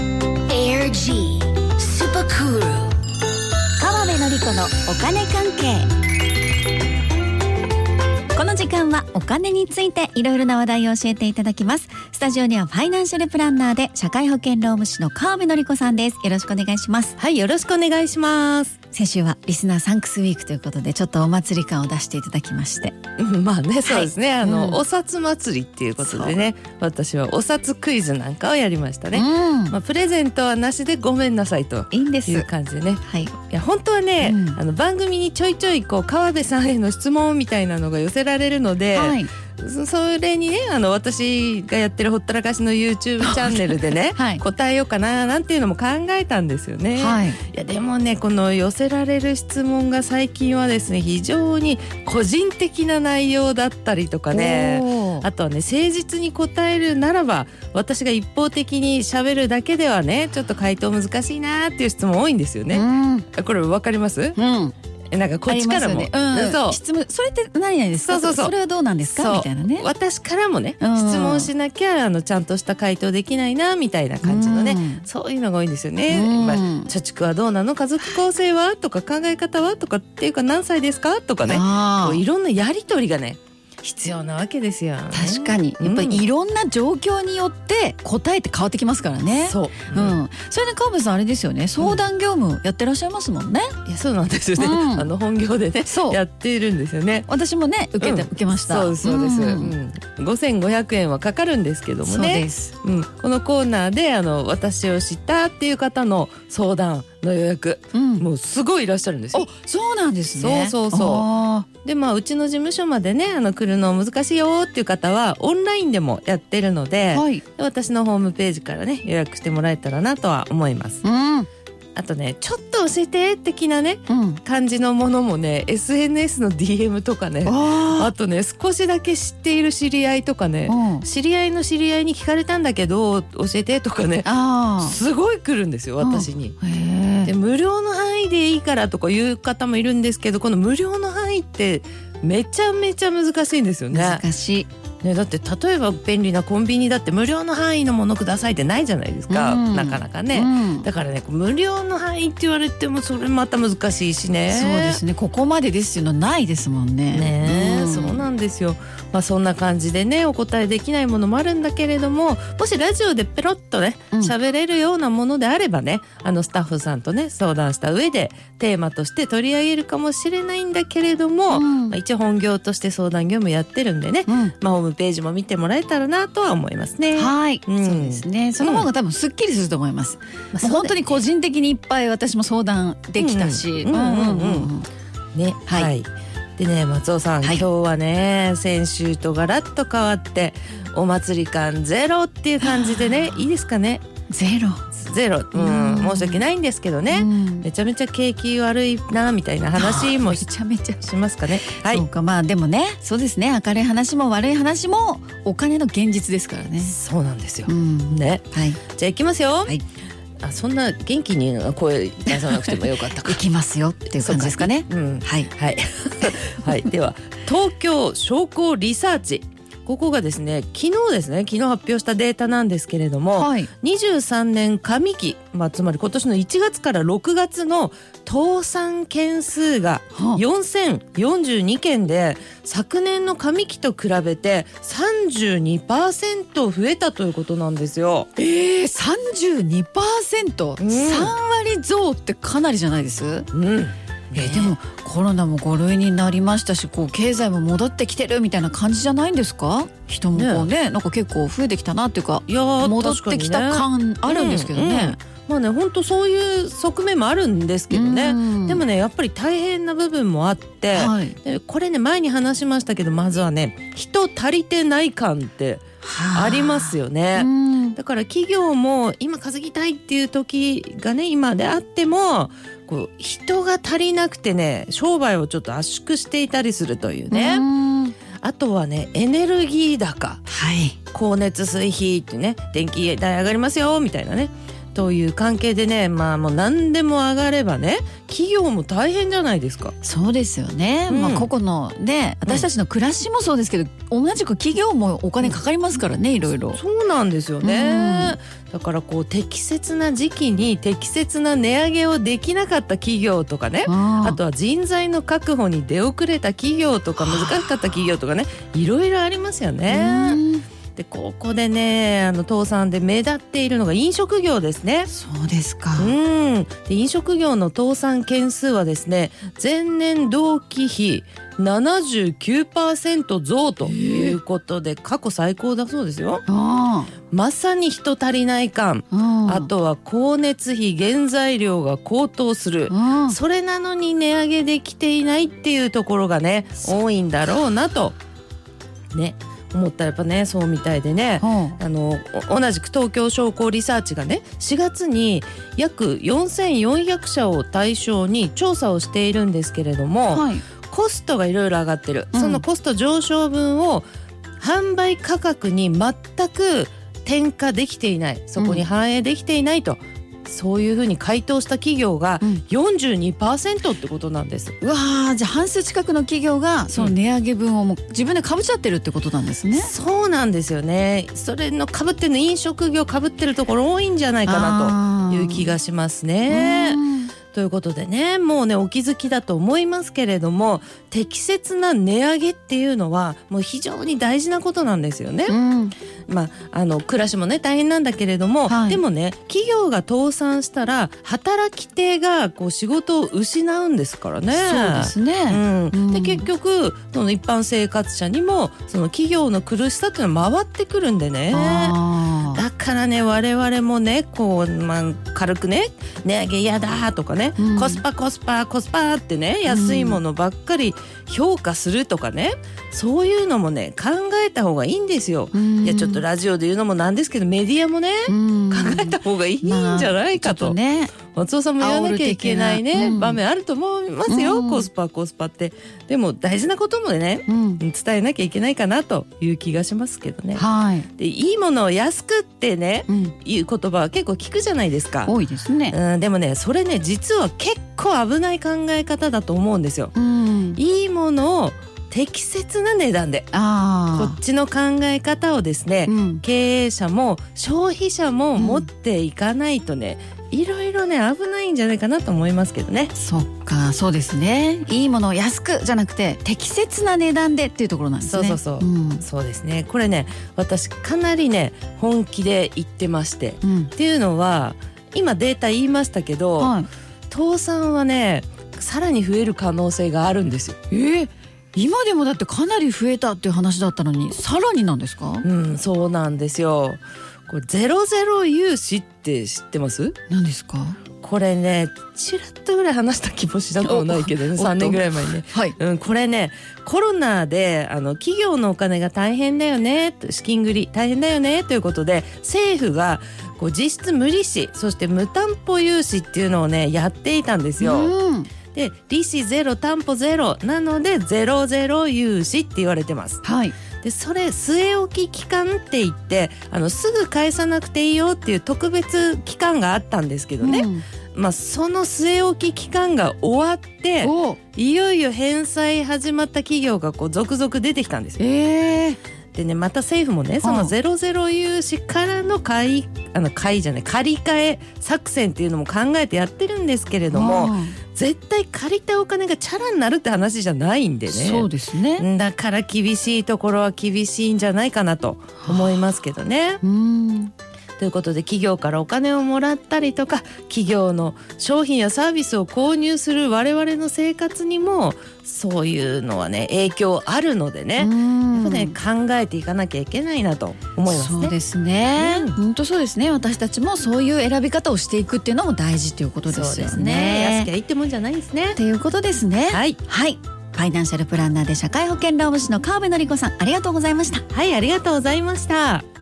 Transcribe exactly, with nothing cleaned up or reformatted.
エージー スーパークール川辺典子のお金関係。この時間はお金についていろいろな話題を教えていただきます。スタジオにはファイナンシャルプランナーで社会保険労務士の川辺典子さんです。よろしくお願いします。 はい、よろしくお願いします。 先週はリスナーサンクスウィークということでちょっとお祭り感を出していただきまして、 うん、まあね、そうですね、はい、あの、うん、お札祭りっていうことでね、私はお札クイズなんかをやりましたね、うんまあ、プレゼントはなしでごめんなさいという感じでね。いいんです、はい、いや本当はね、うん、あの番組にちょいちょいこう川辺さんへの質問みたいなのが寄せられるので、はいそれにねあの私がやってるほったらかしの YouTube チャンネルでね、はい、答えようかななんていうのも考えたんですよね、はい、いやでもねこの寄せられる質問が最近はですね非常に個人的な内容だったりとかね、あとはね誠実に答えるならば私が一方的に喋るだけではねちょっと回答難しいなっていう質問多いんですよね、うん、これ分かります？うんなんかこっちからも、ねうん、そう質問それって何々ですか？そうそうそうそれはどうなんですかみたいなね。 私からもね、うん、質問しなきゃあのちゃんとした回答できないなみたいな感じのね、うん、そういうのが多いんですよね、うんまあ、貯蓄はどうなの、家族構成はとか考え方はとかっていうか何歳ですかとかね、こういろんなやり取りがね必要なわけですよ。 確かにやっぱりいろんな状況によって答えって変わってきますからね。そう、うんうん、それで川辺さんあれですよね、相談業務やってらっしゃいますもんね、 うん、いやそうなんですよね、うん、あの本業でねやっているんですよね。 私もね受けて、うん、受けました。 そうですそうです、うんうん、ごせんごひゃくえんはかかるんですけどもね。そうです、うん、このコーナーであの私を知ったっていう方の相談の予約、うん、もうすごいいらっしゃるんですよ。 あ、そうなんですね。 そうそうそうでまあうちの事務所までねあの来るの難しいよっていう方はオンラインでもやってるので、はい、で私のホームページからね予約してもらえたらなとは思います、うん、あとねちょっと教えて的なね、うん、感じのものもね エスエヌエス の ディーエム とかね あ, あとね少しだけ知っている知り合いとかね、うん、知り合いの知り合いに聞かれたんだけど教えてとかねすごい来るんですよ私に、うん、へで無料の範囲でいいからとかいう方もいるんですけど、この無料の範囲ってめちゃめちゃ難しいんですよね。 難しいね、だって例えば便利なコンビニだって無料の範囲のものくださいってないじゃないですか、うん、なかなかね、うん、だからね無料の範囲って言われてもそれまた難しいしね。 そうですね、ここまでですよのないですもんね。 ね、うん、そうなんですよ、まあ、そんな感じでねお答えできないものもあるんだけれども、もしラジオでペロッとね喋、うん、れるようなものであればねあのスタッフさんとね相談した上でテーマとして取り上げるかもしれないんだけれども、うんまあ、一応本業として相談業務やってるんでね、うんまあ、ホームページも見てもらえたらなとは思いますね。 はい、うん、そうですね。その方が多分すっきりすると思います、うんまあ、本当に個人的にいっぱい私も相談できたし、 ね、はい、はい、でね松尾さん、はい、今日はね先週とガラッと変わってお祭り感ゼロっていう感じでねいいですかね。 ゼロゼロ、うん、申し訳ないんですけどね、うん、めちゃめちゃ景気悪いなみたいな話もめちゃめちゃしますかね。 はい、そうか、まあでもねそうですね、明るい話も悪い話もお金の現実ですからね。 そうなんですよ、うん、ね、はい、じゃあいきますよ、はい、あそんな元気に声出さなくてもよかったかいきますよっていう感じですかね。 うん、はいはい、はい、では東京商工リサーチ、ここがですね昨日ですね昨日発表したデータなんですけれども、はい、にじゅうさんねん上期、まあ、つまり今年のいちがつからろくがつの倒産件数がよんせんよんじゅうにけんで、昨年の上期と比べて さんじゅうにパーセント 増えたということなんですよ。 えー、さんじゅうにパーセント、うん、さんわり増ってかなりじゃないです？うんえー、でもコロナもご類になりましたし、こう経済も戻ってきてるみたいな感じじゃないんですか？人もこう ね, ねなんか結構増えてきたなっていうか、いや戻ってきた感あるんですけどね、うんうん、 まあね本当そういう側面もあるんですけどね、うん、でもねやっぱり大変な部分もあって、はい、でこれね前に話しましたけど、まずはね人足りてない感ってありますよね、うん、だから企業も今稼ぎたいっていう時がね今であってもこう人が足りなくてね商売をちょっと圧縮していたりするというね、うん、あとはねエネルギー高、はい、光熱水費ってね電気代上がりますよみたいなね、 という関係でね、まあもう何でも上がればね、企業も大変じゃないですか。 そうですよね、うん、まあ個々のね、私たちの暮らしもそうですけど、うん、同じく企業もお金かかりますからね、いろいろ。 そうなんですよね、うん、だからこう適切な時期に適切な値上げをできなかった企業とかね、あ, あとは人材の確保に出遅れた企業とか難しかった企業とかね、いろいろありますよね。でここでね、あの倒産で目立っているのが飲食業ですね。 そうですか。 うんで飲食業の倒産件数はですね、前年同期比 ななじゅうきゅうパーセント 増ということで、過去最高だそうですよ。あまさに人足りない感、あとは光熱費原材料が高騰する、それなのに値上げできていないっていうところがね多いんだろうなとね思ったら、やっぱねそうみたいでね、あの同じく東京商工リサーチがねしがつに約よんせんよんひゃくしゃを対象に調査をしているんですけれども、はい、コストがいろいろ上がってる、うん、そのコスト上昇分を販売価格に全く転嫁できていない、そこに反映できていないと、うん、そういうふうに回答した企業が よんじゅうにパーセント ってことなんです、 うん、うわー、じゃあ半数近くの企業がその値上げ分をもう自分で被っちゃってるってことなんですね、うん、 そうなんですよね。それの被ってるの飲食業被ってるところ多いんじゃないかなという気がしますね。ということでね、もうねお気づきだと思いますけれども、適切な値上げっていうのはもう非常に大事なことなんですよね、うん、まああの暮らしもね大変なんだけれども、はい、でもね企業が倒産したら働き手がこう仕事を失うんですからね。 そうですね、 うんうん、で結局その一般生活者にもその企業の苦しさっていうのは回ってくるんでね。だからね我々もねこう、まあ、軽くね値上げやだとかね、うん、コスパコスパコスパってね安いものばっかり評価するとかね、そういうのもね考えた方がいいんですよ、うん、いやちょっとラジオで言うのもなんですけどメディアもね、うん、考えた方がいいんじゃないかと、まあ、ね、松尾さんも言わなきゃいけないね、うん、場面あると思いますよ、うん、コスパコスパって。でも大事なこともね、うん、伝えなきゃいけないかなという気がしますけどね、はい、でいいものを安くってね、うん、いう言葉は結構聞くじゃないですか。 多いですね、 うん、でもねそれね実は結構危ない考え方だと思うんですよ、うん、いいものを適切な値段で、あこっちの考え方をですね、うん、経営者も消費者も持っていかないとね、うん、いろいろね危ないんじゃないかなと思いますけどね。 そっか、そうですね。いいものを安くじゃなくて適切な値段でっていうところなんですね。 そうそうそう、うん、そうですね。これね私かなりね本気で言ってまして、うん、っていうのは今データ言いましたけど、はい、倒産はねさらに増える可能性があるんですよ。 えー今でもだってかなり増えたっていう話だったのにさらになんですか？ うん、そうなんですよ。これゼロゼロ融資って知ってます？ 何ですか？ これねちらっとぐらい話した気もしなくもないけどね、さんねんぐらい前にね、はい、うん、これねコロナであの企業のお金が大変だよね、資金繰り大変だよねということで政府がこう実質無利子そして無担保融資っていうのをねやっていたんですよ。うん、で利子ゼロ担保ゼロなのでゼロゼロ融資って言われてます。はい、でそれ据え置き期間って言ってあのすぐ返さなくていいよっていう特別期間があったんですけどね、うん、まあ、その据え置き期間が終わっていよいよ返済始まった企業がこう続々出てきたんですよ。えーでね、また政府もねそのゼロゼロ融資からの買いあの買いじゃない借り換え作戦っていうのも考えてやってるんですけれども、絶対借りたお金がチャラになるって話じゃないんでね。 そうですね。 だから厳しいところは厳しいんじゃないかなと思いますけどね。うん、ということで企業からお金をもらったりとか企業の商品やサービスを購入する我々の生活にもそういうのはね影響あるのでね、やっぱね考えていかなきゃいけないなと思いますね。 そうですね、うん、本当そうですね。私たちもそういう選び方をしていくっていうのも大事ということですよね。そうですね。 安きゃいいってもんじゃないですねということですね。はい、はい、ファイナンシャルプランナーで社会保険労務士の川辺典子さん、ありがとうございました。 はい、ありがとうございました。